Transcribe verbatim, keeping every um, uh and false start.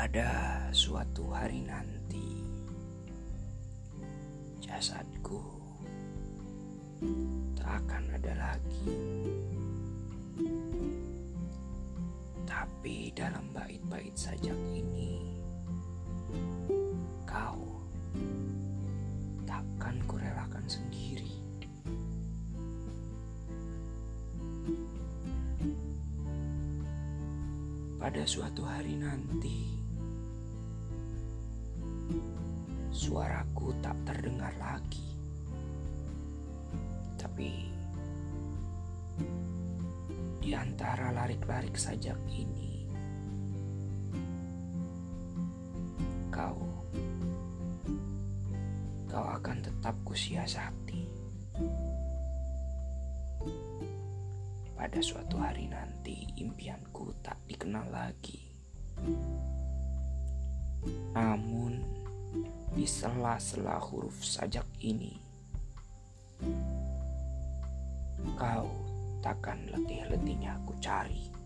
Pada suatu hari nanti, jasadku tak akan ada lagi. Tapi dalam bait-bait sajak ini, kau takkan kurelakan sendiri. Pada suatu hari nanti, suaraku tak terdengar lagi. Tapi di antara larik-larik sajak ini, kau kau akan tetap kusiasati. Pada suatu hari nanti, impianku tak dikenal lagi. Namun di sela-sela huruf sajak ini, kau takkan letih-letihnya ku cari.